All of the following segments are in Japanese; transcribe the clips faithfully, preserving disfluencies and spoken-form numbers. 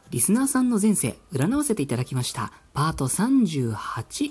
リスナーさんの前世占わせていただきましたパートさんじゅうはち。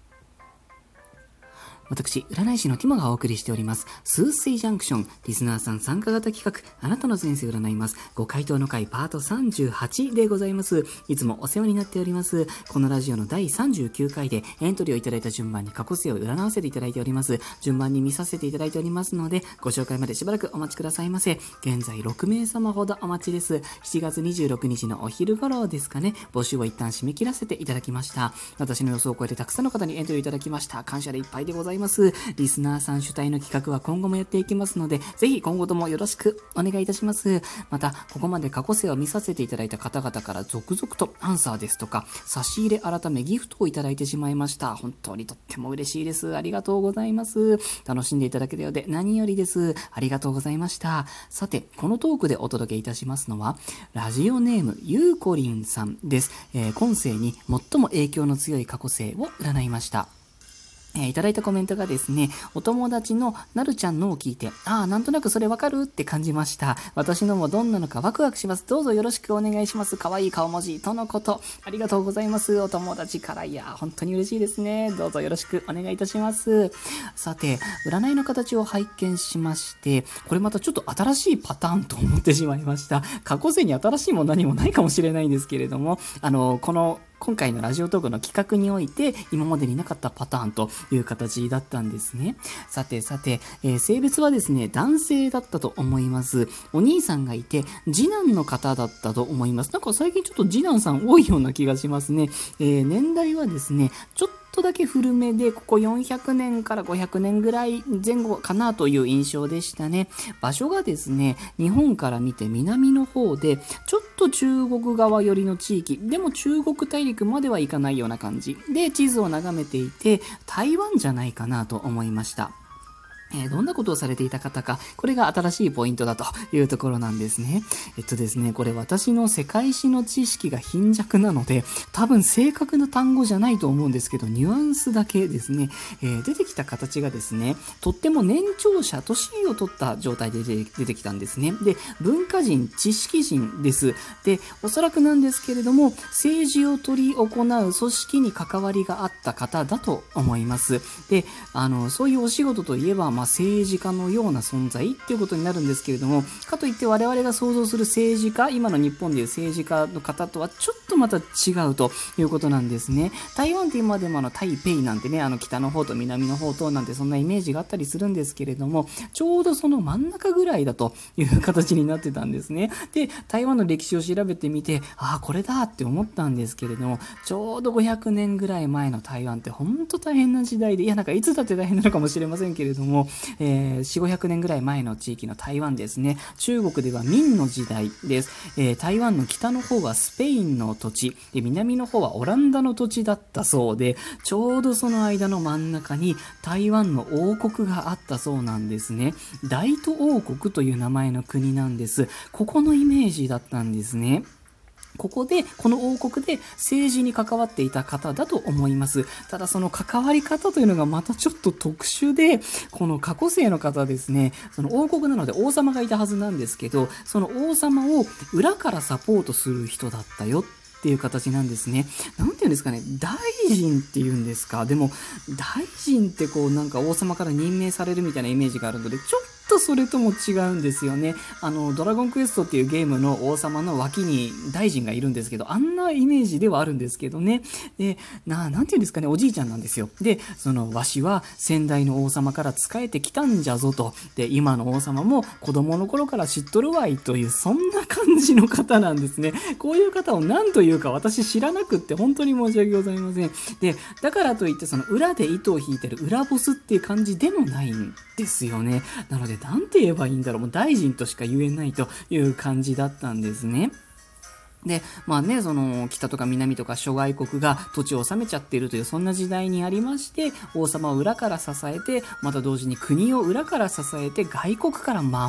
私、占い師のティモがお送りしております、風水ジャンクション、リスナーさん参加型企画、あなたの前世占います。ご回答の回パートさんじゅうはちでございます。いつもお世話になっております。このラジオのだいさんじゅうきゅうかいでエントリーをいただいた順番に過去世を占わせていただいております。順番に見させていただいておりますので、ご紹介までしばらくお待ちくださいませ。現在ろくめいさまほどお待ちです。しちがつにじゅうろくにちのお昼頃ですかね、募集を一旦締め切らせていただきました。私の予想を超えてたくさんの方にエントリーいただきました。感謝でいっぱいでございます。リスナーさん主体の企画は今後もやっていきますので、ぜひ今後ともよろしくお願いいたします。また、ここまで過去世を見させていただいた方々から続々とアンサーですとか、差し入れ改めギフトをいただいてしまいました。本当にとっても嬉しいです。ありがとうございます。楽しんでいただけたようで何よりです。ありがとうございました。さて、このトークでお届けいたしますのは、ラジオネームゆうこりんさんです。えー、今世に最も影響の強い過去世を占いました。えー、いただいたコメントがですね、お友達のなるちゃんのを聞いて、ああ、なんとなくそれわかるって感じました。私のもどんなのかワクワクします。どうぞよろしくお願いします。かわいい顔文字とのこと。ありがとうございます。お友達から。いや、本当に嬉しいですね。どうぞよろしくお願いいたします。さて、占いの形を拝見しまして、これまたちょっと新しいパターンと思ってしまいました。過去世に新しいも何もないかもしれないんですけれども、あの、この、今回のラジオトークの企画において今までになかったパターンという形だったんですね。さてさて、えー、性別はですね、男性だったと思います。お兄さんがいて次男の方だったと思います。なんか最近ちょっと次男さん多いような気がしますね。えー、年代はですね、ちょっとちょっとだけ古めで、ここよんひゃくねんからごひゃくねんぐらい前後かなという印象でしたね。場所がですね、日本から見て南の方で、ちょっと中国側寄りの地域、でも中国大陸まではいかないような感じで、地図を眺めていて、台湾じゃないかなと思いました。えー、どんなことをされていた方か、これが新しいポイントだというところなんですね。えっとですね、これ私の世界史の知識が貧弱なので、多分正確な単語じゃないと思うんですけど、ニュアンスだけですね、えー、出てきた形がですね、とっても年長者、年を取った状態で出てきたんですね。で、文化人、知識人です。で、おそらくなんですけれども、政治を取り行う組織に関わりがあった方だと思います。で、あの、そういうお仕事といえば、まあ、政治家のような存在っていうことになるんですけれども、かといって我々が想像する政治家、今の日本でいう政治家の方とはちょっとまた違うということなんですね。台湾って今でもあの台北なんてね、あの北の方と南の方となんてそんなイメージがあったりするんですけれども、ちょうどその真ん中ぐらいだという形になってたんですね。で、台湾の歴史を調べてみて、ああこれだって思ったんですけれども、ちょうどごひゃくねんぐらい前の台湾って本当大変な時代で、いやなんかいつだって大変なのかもしれませんけれども、えー、よんひゃくごひゃくねんぐらい前の地域の台湾ですね。中国では明の時代です。えー、台湾の北の方はスペインの土地で、南の方はオランダの土地だったそうで、ちょうどその間の真ん中に台湾の王国があったそうなんですね。大都王国という名前の国なんです。ここのイメージだったんですね。ここで、この王国で政治に関わっていた方だと思います。ただその関わり方というのがまたちょっと特殊で、この過去世の方ですね、その王国なので王様がいたはずなんですけど、その王様を裏からサポートする人だったよっていう形なんですね。なんていうんですかね、大臣っていうんですか。でも、大臣ってこうなんか王様から任命されるみたいなイメージがあるので、ちょっとそれとも違うんですよね。あの、ドラゴンクエストっていうゲームの王様の脇に大臣がいるんですけど、あんなイメージではあるんですけどね。で、な、なんていうんですかね、おじいちゃんなんですよ。で、その、わしは先代の王様から仕えてきたんじゃぞと。で、今の王様も子供の頃から知っとるわいという、そんな感じの方なんですね。こういう方を何というか私知らなくって本当に申し訳ございません。で、だからといってその裏で糸を引いてる裏ボスっていう感じでもないんですよね。なので、なんて言えばいいんだろう。もう大臣としか言えないという感じだったんですね。で、まあね、その、北とか南とか諸外国が土地を治めちゃっているという、そんな時代にありまして、王様を裏から支えて、また同時に国を裏から支えて、外国から守って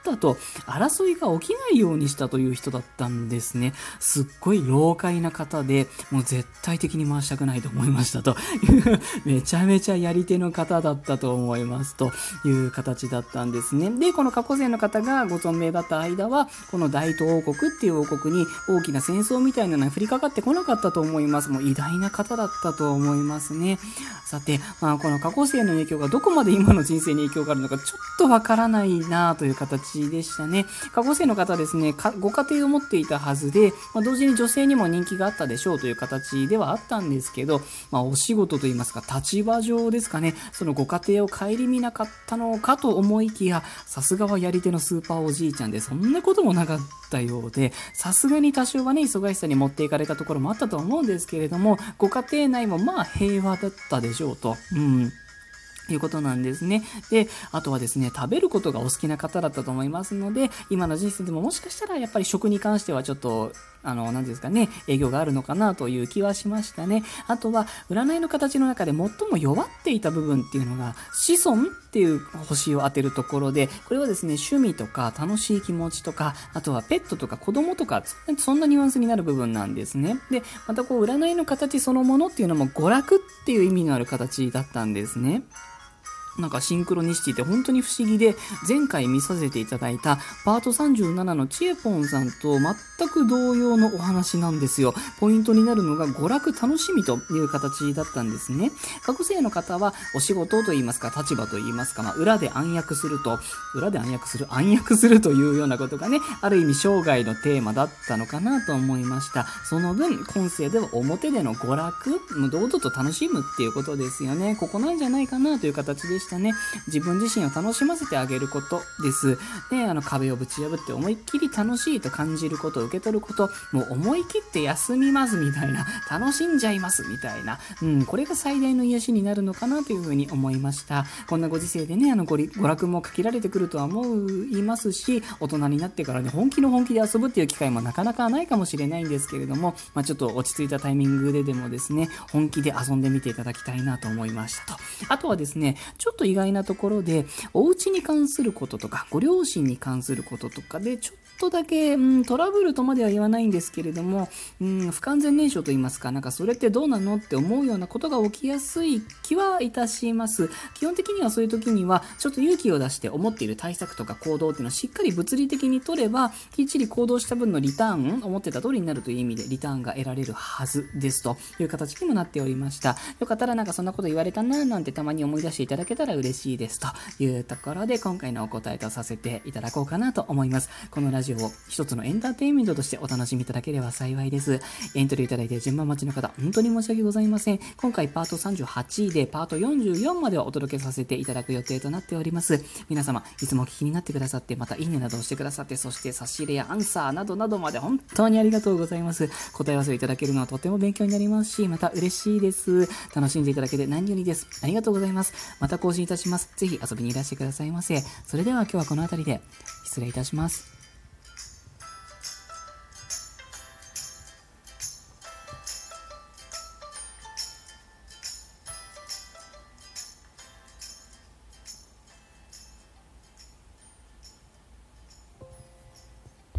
ったと争いが起きないようにしたという人だったんですね。すっごい老快な方で、もう絶対的に回したくないと思いましたというめちゃめちゃやり手の方だったと思いますという形だったんですね。で、この過去世の方がご存命だった間は、この大東王国っていう王国に大きな戦争みたいなのは降りかかってこなかったと思います。もう偉大な方だったと思いますね。さて、まあ、この過去世の影響がどこまで今の人生に影響があるのかちょっとわからないなという形でしたね。過去世の方ですね、ご家庭を持っていたはずで、まあ、同時に女性にも人気があったでしょうという形ではあったんですけど、まあ、お仕事といいますか立場上ですかね、そのご家庭を顧みなかったのかと思いきや、さすがはやり手のスーパーおじいちゃんで、そんなこともなかったようで、さすがに多少はね忙しさに持っていかれたところもあったと思うんですけれども、ご家庭内もまあ平和だったでしょうと。うんいうことなんですね。で、あとはですね、食べることがお好きな方だったと思いますので、今の人生でももしかしたらやっぱり食に関してはちょっと、あの、何ですかね、営業があるのかなという気はしましたね。あとは、占いの形の中で最も弱っていた部分っていうのが、子孫っていう星を当てるところで、これはですね、趣味とか楽しい気持ちとか、あとはペットとか子供とか、そんなニュアンスになる部分なんですね。で、またこう、占いの形そのものっていうのも娯楽っていう意味のある形だったんですね。なんかシンクロニシティって本当に不思議で、前回見させていただいたパートさんじゅうななのちえぽんさんと全く同様のお話なんですよ。ポイントになるのが娯楽楽しみという形だったんですね。過去世の方はお仕事といいますか立場といいますか、まあ、裏で暗躍すると、裏で暗躍する暗躍するというようなことがね、ある意味生涯のテーマだったのかなと思いました。その分今世では表での娯楽、もう堂々と楽しむっていうことですよね。ここなんじゃないかなという形でしたね。自分自身を楽しませてあげることです。で、あの壁をぶち破って思いっきり楽しいと感じること、受け取ること、もう思い切って休みますみたいな、楽しんじゃいますみたいな、うん、これが最大の癒しになるのかなというふうに思いました。こんなご時世でね、あの娯楽も限られてくるとは思いますし、大人になってからね、本気の本気で遊ぶっていう機会もなかなかないかもしれないんですけれども、まあ、ちょっと落ち着いたタイミングででもですね、本気で遊んでみていただきたいなと思いましたと。あとはですね、ちょっと意外なところで、お家に関することとかご両親に関することとかでちょっとだけ、うん、トラブルとまでは言わないんですけれども、うん、不完全燃焼と言いますか、なんかそれってどうなのって思うようなことが起きやすい気はいたします。基本的にはそういう時にはちょっと勇気を出して思っている対策とか行動っていうのをしっかり物理的に取れば、きっちり行動した分のリターン、思ってた通りになるという意味でリターンが得られるはずですという形にもなっておりました。よかったらなんかそんなこと言われたななんてたまに思い出していただけたら嬉しいですというところで、今回のお答えとさせていただこうかなと思います。このラジオを一つのエンターテインメントとしてお楽しみいただければ幸いです。エントリーいただいて順番待ちの方、本当に申し訳ございません。今回パートさんじゅうはちでパートよんじゅうよんまではお届けさせていただく予定となっております。皆様いつもお聞きになってくださって、またいいねなどをしてくださって、そして差し入れやアンサーなどなどまで本当にありがとうございます。答え合わせをいただけるのはとても勉強になりますし、また嬉しいです。楽しんでいただけて何よりです。ありがとうございます。また更新いたします。ぜひ遊びにいらしてくださいませ。それでは今日はこの辺りで失礼いたします。